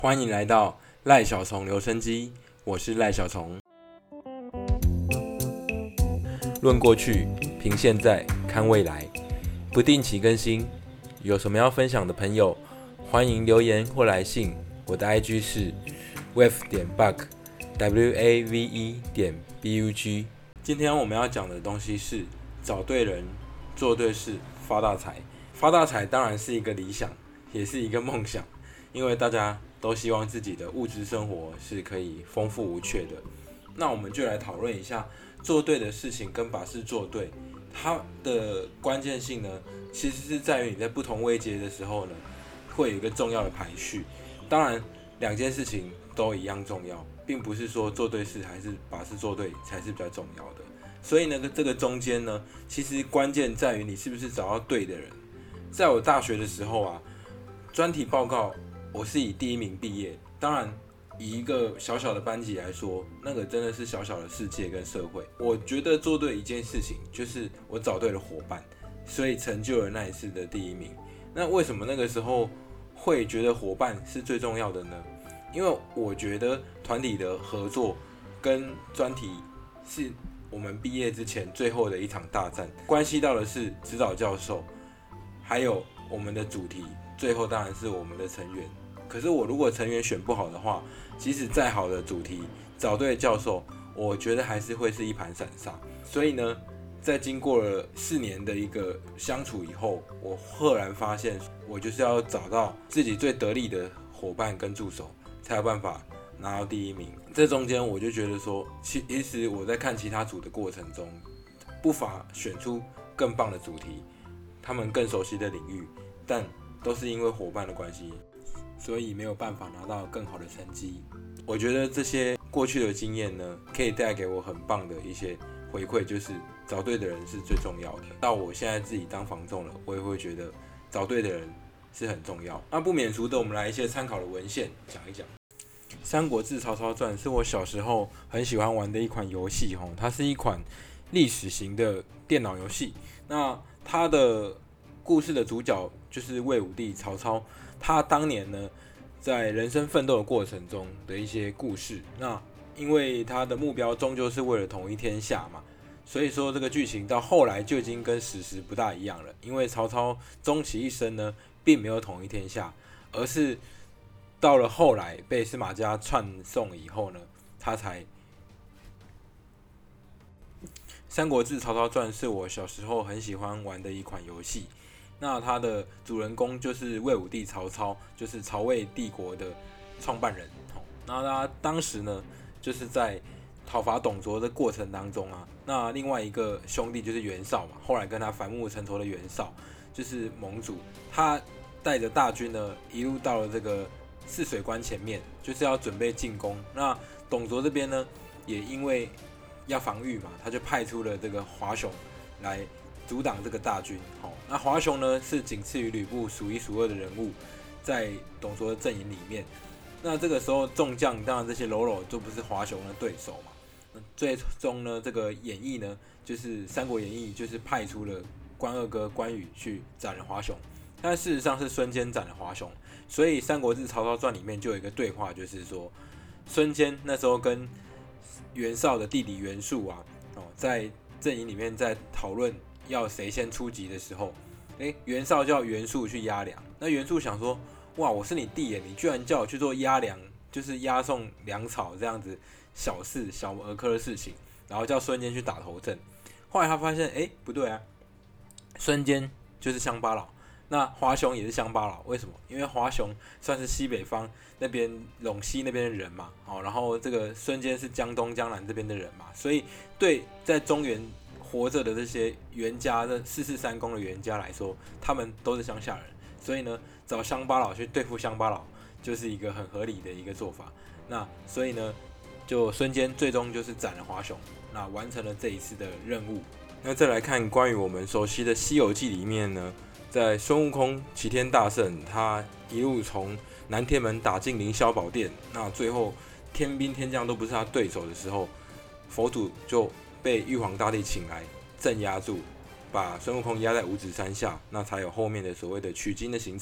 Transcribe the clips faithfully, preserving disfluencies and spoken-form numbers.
欢迎来到赖小虫留声机，我是赖小虫。论过去，评现在，看未来，不定期更新。有什么要分享的朋友，欢迎留言或来信。我的 I G 是 wave 点 bug w a v e 点 b u g。今天我们要讲的东西是找对人，做对事，发大财。发大财当然是一个理想，也是一个梦想，因为大家都希望自己的物质生活是可以丰富无缺的。那我们就来讨论一下，做对的事情跟把事做对，它的关键性呢，其实是在于你在不同位阶的时候呢，会有一个重要的排序。当然，两件事情都一样重要，并不是说做对事还是把事做对才是比较重要的。所以呢，这个中间呢，其实关键在于你是不是找到对的人。在我大学的时候啊，专题报告我是以第一名毕业。当然，以一个小小的班级来说，那个真的是小小的世界跟社会。我觉得做对一件事情，就是我找对了伙伴，所以成就了那一次的第一名。那为什么那个时候会觉得伙伴是最重要的呢？因为我觉得团体的合作跟专题是我们毕业之前最后的一场大战，关系到的是指导教授，还有我们的主题，最后当然是我们的成员。可是我如果成员选不好的话，即使再好的主题，找对教授，我觉得还是会是一盘散沙。所以呢，在经过了四年的一个相处以后，我赫然发现，我就是要找到自己最得力的伙伴跟助手，才有办法拿到第一名。这中间我就觉得说，其实我在看其他组的过程中，不乏选出更棒的主题，他们更熟悉的领域，但都是因为伙伴的关系，所以没有办法拿到更好的成绩。我觉得这些过去的经验呢，可以带给我很棒的一些回馈，就是找对的人是最重要的。到我现在自己当房仲了，我也会觉得找对的人是很重要。那不免俗的，我们来一些参考的文献讲一讲。《三国志·曹操传》是我小时候很喜欢玩的一款游戏，它是一款历史型的电脑游戏。那它的故事的主角就是魏武帝曹操，他当年呢在人生奋斗的过程中的一些故事。那因为他的目标终究是为了统一天下嘛，所以说这个剧情到后来就已经跟史实不大一样了。因为曹操终其一生呢，并没有统一天下，而是到了后来被司马家篡宋以后呢，他才。《三国志·曹操传》是我小时候很喜欢玩的一款游戏。那他的主人公就是魏武帝曹操，就是曹魏帝国的创办人。那他当时呢，就是在讨伐董卓的过程当中啊，那另外一个兄弟就是袁绍嘛，后来跟他反目成仇的袁绍，就是盟主，他带着大军呢，一路到了这个泗水关前面，就是要准备进攻。那董卓这边呢，也因为要防御嘛，他就派出了这个华雄来阻挡这个大军。好，那华雄呢是仅次于吕布数一数二的人物，在董卓的阵营里面。那这个时候众将当然这些喽啰就不是华雄的对手嘛。那最终呢，这个演义呢，就是《三国演义》就是派出了关二哥关羽去斩了华雄，但事实上是孙坚斩了华雄。所以《三国志·曹操传》里面就有一个对话，就是说孙坚那时候跟袁绍的弟弟袁术啊，在阵营里面在讨论要谁先出击的时候，诶，袁绍叫袁术去押粮。那袁术想说，哇，我是你弟耶，你居然叫我去做押粮，就是押送粮草这样子小事小儿科的事情，然后叫孙坚去打头阵。后来他发现，诶，不对啊，孙坚就是乡巴佬，那华雄也是乡巴佬。为什么？因为华雄算是西北方那边陇西那边的人嘛，哦，然后这个孙坚是江东江南这边的人嘛，所以对在中原活着的这些袁家的四世三公的袁家来说，他们都是乡下人，所以呢，找乡巴佬去对付乡巴佬，就是一个很合理的一个做法。那所以呢，就孙坚最终就是斩了华雄，那完成了这一次的任务。那再来看关于我们熟悉的《西游记》里面呢，在孙悟空齐天大圣，他一路从南天门打进凌霄宝殿，那最后天兵天将都不是他对手的时候，佛祖就被玉皇大帝请来镇压住，把孙悟空压在五指山下，那才有后面的所谓的取经的行程。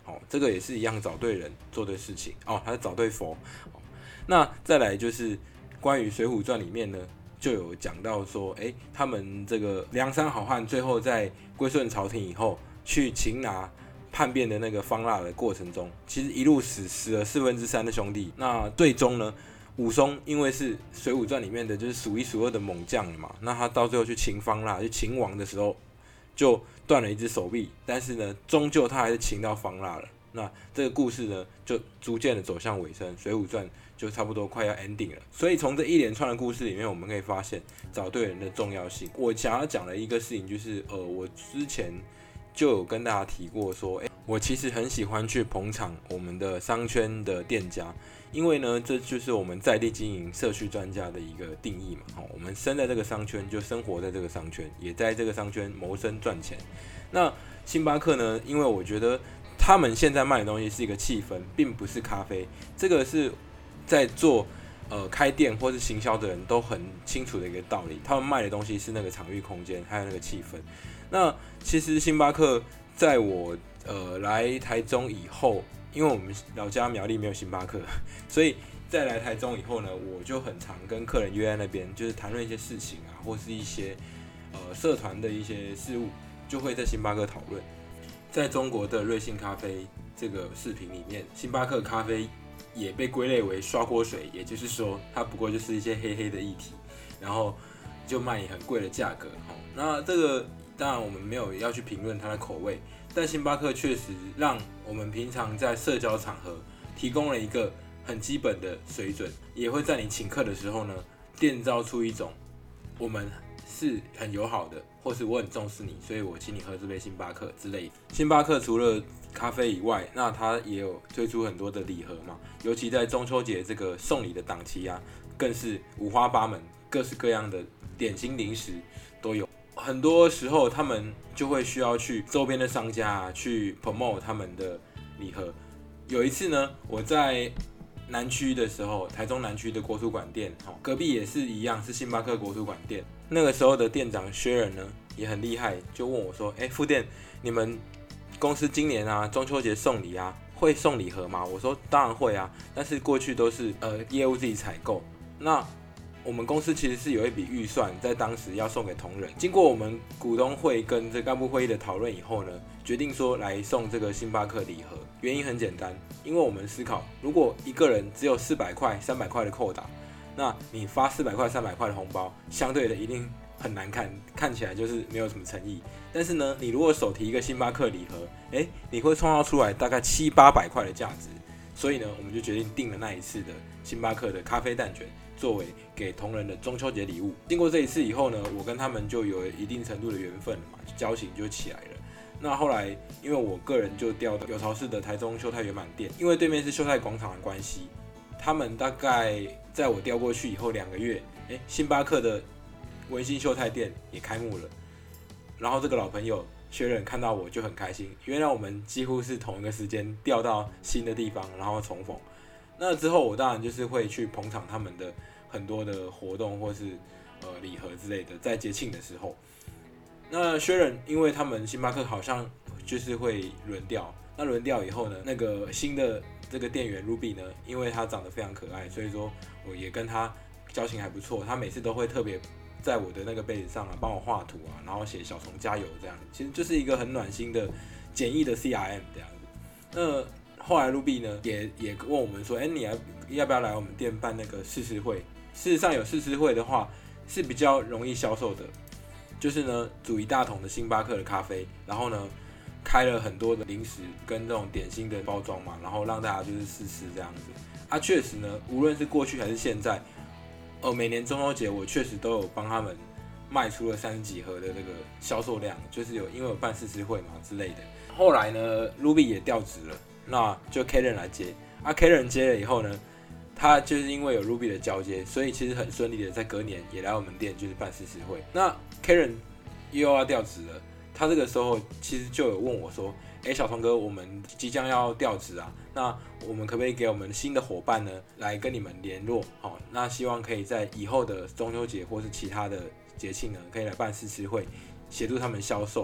哦，这个也是一样找对人做对事情哦，还是找对佛。哦、那再来就是关于《水浒传》里面呢，就有讲到说，哎，他们这个梁山好汉最后在归顺朝廷以后，去擒拿叛变的那个方腊的过程中，其实一路死死了四分之三的兄弟。那最终呢，武松因为是《水浒传》里面的就是数一数二的猛将了嘛，那他到最后去擒方腊、去擒王的时候，就断了一只手臂，但是呢，终究他还是擒到方腊了。那这个故事呢，就逐渐的走向尾声，《水浒传》就差不多快要 ending 了。所以从这一连串的故事里面，我们可以发现找对人的重要性。我想要讲的一个事情就是，呃，我之前就有跟大家提过说，欸，我其实很喜欢去捧场我们的商圈的店家，因为呢，这就是我们在地经营社区专家的一个定义嘛。好，我们生在这个商圈，就生活在这个商圈，也在这个商圈谋生赚钱。那星巴克呢，因为我觉得他们现在卖的东西是一个气氛，并不是咖啡，这个是在做呃开店或是行销的人都很清楚的一个道理。他们卖的东西是那个场域空间，还有那个气氛。那其实星巴克在我呃来台中以后，因为我们老家苗栗没有星巴克，所以在来台中以后呢，我就很常跟客人约在那边，就是谈论一些事情啊，或是一些呃社团的一些事务，就会在星巴克讨论。在中国的瑞幸咖啡这个视频里面，星巴克咖啡也被归类为刷锅水，也就是说，它不过就是一些黑黑的液体，然后就卖你很贵的价格。那这个当然我们没有要去评论它的口味，但星巴克确实让我们平常在社交场合提供了一个很基本的水准，也会在你请客的时候呢，奠造出一种我们是很友好的，或是我很重视你，所以我请你喝这杯星巴克之类的。星巴克除了咖啡以外，那它也有推出很多的礼盒嘛，尤其在中秋节这个送礼的档期啊，更是五花八门，各式各样的点心零食都有。很多时候他们就会需要去周边的商家啊，去 promote 他们的礼盒。有一次呢，我在南区的时候，台中南区的国土馆店，隔壁也是一样，是星巴克国土馆店。那个时候的店长薛仁呢也很厉害，就问我说：“哎，副店，你们公司今年啊中秋节送礼啊，会送礼盒吗？”我说：“当然会啊，但是过去都是呃业务自己采购。那我们公司其实是有一笔预算，在当时要送给同仁。经过我们股东会跟这干部会议的讨论以后呢，决定说来送这个星巴克礼盒。原因很简单，因为我们思考，如果一个人只有四百块、三百块的扣打，那你发四百块、三百块的红包，相对的一定很难看，看起来就是没有什么诚意。但是呢，你如果手提一个星巴克礼盒，哎，你会创造出来大概七八百块的价值。所以呢，我们就决定订了那一次的星巴克的咖啡蛋卷，作为给同仁的中秋节礼物。经过这一次以后呢，我跟他们就有一定程度的缘分了嘛，交情就起来了。那后来，因为我个人就调到有巢市的台中秀泰圆满店，因为对面是秀泰广场的关系，他们大概在我调过去以后两个月，哎，星巴克的文心秀泰店也开幕了。然后这个老朋友薛仁看到我就很开心，原来我们几乎是同一个时间调到新的地方，然后重逢。那之后我当然就是会去捧场他们的很多的活动或是呃礼盒之类的，在节庆的时候。那薛仁因为他们星巴克好像就是会轮调，那轮调以后呢，那个新的这个店员 Ruby 呢，因为他长得非常可爱，所以说我也跟他交情还不错，他每次都会特别在我的那个杯子上啊帮我画图啊，然后写小虫加油这样，其实就是一个很暖心的简易的 C R M 这样子。那后来 Ruby 呢也也问我们说，哎，你要要不要来我们店办那个试吃会？事实上有试吃会的话是比较容易销售的。就是呢，煮一大桶的星巴克的咖啡，然后呢，开了很多的零食跟这种点心的包装嘛，然后让大家就是试吃这样子。啊，确实呢，无论是过去还是现在，呃，每年中秋节我确实都有帮他们卖出了三十几盒的这个销售量，就是有因为有办试吃会嘛之类的。后来呢 ，Ruby 也调职了，那就 Karen 来接。啊 ，Karen 接了以后呢，他就是因为有 Ruby 的交接，所以其实很顺利的在隔年也来我们店就是办试吃会。那 Karen 又要调职了，他这个时候其实就有问我说：“哎，小童哥，我们即将要调职啊，那我们可不可以给我们新的伙伴呢来跟你们联络？好，那希望可以在以后的中秋节或是其他的节庆呢，可以来办试吃会，协助他们销售。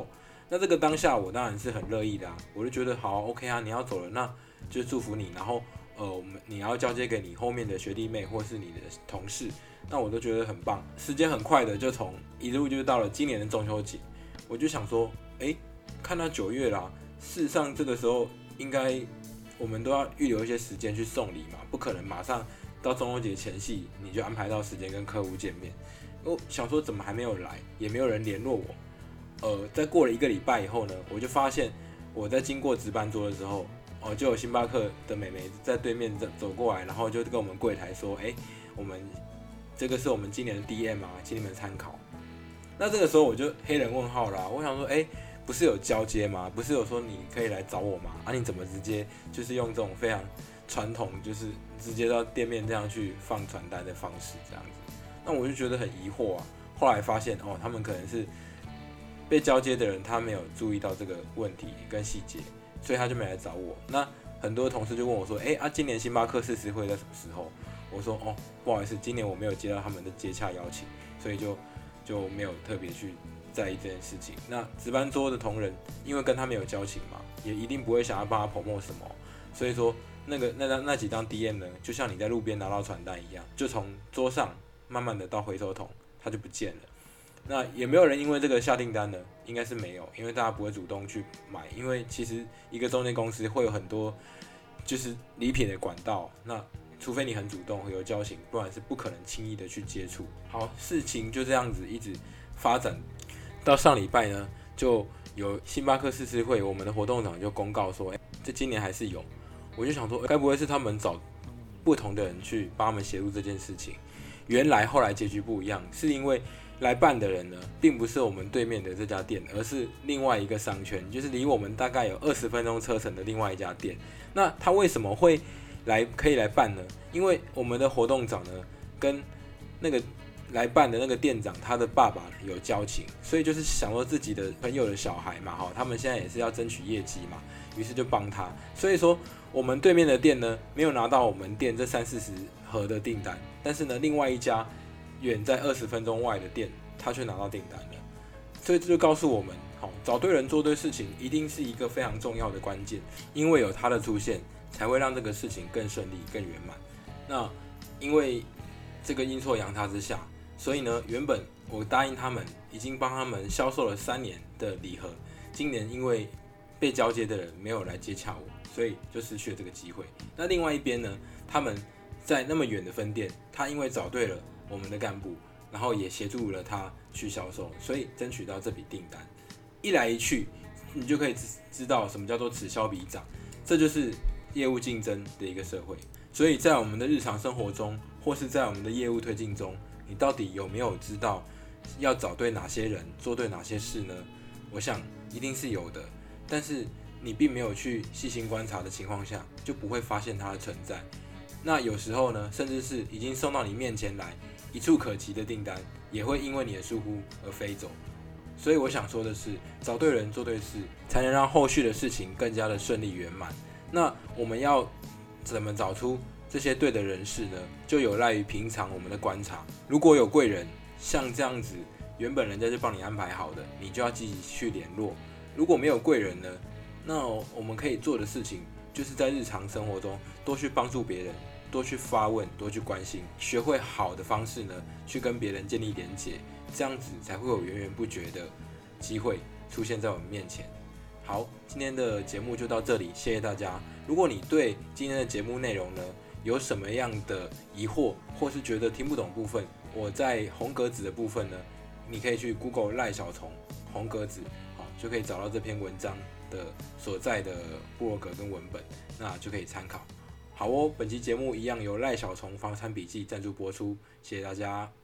那这个当下我当然是很乐意的啊，我就觉得好 OK 啊，你要走了，那就祝福你，然后呃我们你要交接给你后面的学弟妹或是你的同事，那我都觉得很棒。时间很快的就从一路就到了今年的中秋节，我就想说，哎，看到九月啦，事实上这个时候应该我们都要预留一些时间去送礼嘛，不可能马上到中秋节前夕你就安排到时间跟客户见面。我想说怎么还没有来，也没有人联络我。呃，在过了一个礼拜以后呢，我就发现我在经过值班桌的时候，哦、呃，就有星巴克的美眉在对面走过来，然后就跟我们柜台说，哎，我们这个是我们今年的 D M 啊，请你们参考。那这个时候我就黑人问号啦，我想说，哎，不是有交接吗？不是有说你可以来找我吗？啊，你怎么直接就是用这种非常传统，就是直接到店面这样去放传单的方式这样子？那我就觉得很疑惑啊。后来发现，哦，他们可能是被交接的人，他没有注意到这个问题跟细节，所以他就没来找我。那很多同事就问我说：“哎、欸、啊，今年星巴克誓师会在什么时候？”我说：“哦，不好意思，今年我没有接到他们的接洽邀请，所以就就没有特别去在意这件事情。”那值班桌的同仁，因为跟他没有交情嘛，也一定不会想要帮他 promote 什么，所以说那个那那几张 D M 呢，就像你在路边拿到传单一样，就从桌上慢慢的到回收桶，它就不见了。那也没有人因为这个下订单呢，应该是没有，因为大家不会主动去买，因为其实一个中间公司会有很多就是礼品的管道，那除非你很主动有交情，不然是不可能轻易的去接触。好，事情就这样子一直发展到上礼拜呢，就有星巴克誓师会，我们的活动长就公告说，哎、欸，这今年还是有，我就想说，该不会是他们找不同的人去帮他们协助这件事情？原来后来结局不一样，是因为来办的人呢，并不是我们对面的这家店，而是另外一个商圈，就是离我们大概有二十分钟车程的另外一家店。那他为什么会来可以来办呢？因为我们的活动长呢，跟那个来办的那个店长他的爸爸有交情，所以就是想说自己的朋友的小孩嘛，哈，他们现在也是要争取业绩嘛，于是就帮他。所以说我们对面的店呢，没有拿到我们店这三四十盒的订单，但是呢，另外一家远在二十分钟外的店，他却拿到订单了。所以这就告诉我们，好，找对人做对事情，一定是一个非常重要的关键，因为有他的出现，才会让这个事情更顺利、更圆满。那因为这个阴错阳差之下，所以呢，原本我答应他们，已经帮他们销售了三年的礼盒，今年因为被交接的人没有来接洽我，所以就失去了这个机会。那另外一边呢，他们在那么远的分店，他因为找对了我们的干部，然后也协助了他去销售，所以争取到这笔订单。一来一去，你就可以知道什么叫做此消彼长，这就是业务竞争的一个社会。所以在我们的日常生活中，或是在我们的业务推进中，你到底有没有知道要找对哪些人，做对哪些事呢？我想一定是有的，但是你并没有去细心观察的情况下，就不会发现它的存在。那有时候呢，甚至是已经送到你面前来，一触可及的订单，也会因为你的疏忽而飞走。所以我想说的是，找对人做对事，才能让后续的事情更加的顺利圆满。那我们要怎么找出这些对的人士呢？就有赖于平常我们的观察。如果有贵人，像这样子，原本人家就帮你安排好的，你就要积极去联络。如果没有贵人呢，那我们可以做的事情，就是在日常生活中多去帮助别人，多去发问，多去关心，学会好的方式呢，去跟别人建立连结，这样子才会有源源不绝的机会出现在我们面前。好，今天的节目就到这里，谢谢大家。如果你对今天的节目内容呢有什么样的疑惑，或是觉得听不懂部分，我在红格子的部分呢，你可以去 Google 赖小虫红格子，好，就可以找到这篇文章的所在的部落格跟文本，那就可以参考。好哦，本期节目一样由赖小虫房产笔记赞助播出，谢谢大家。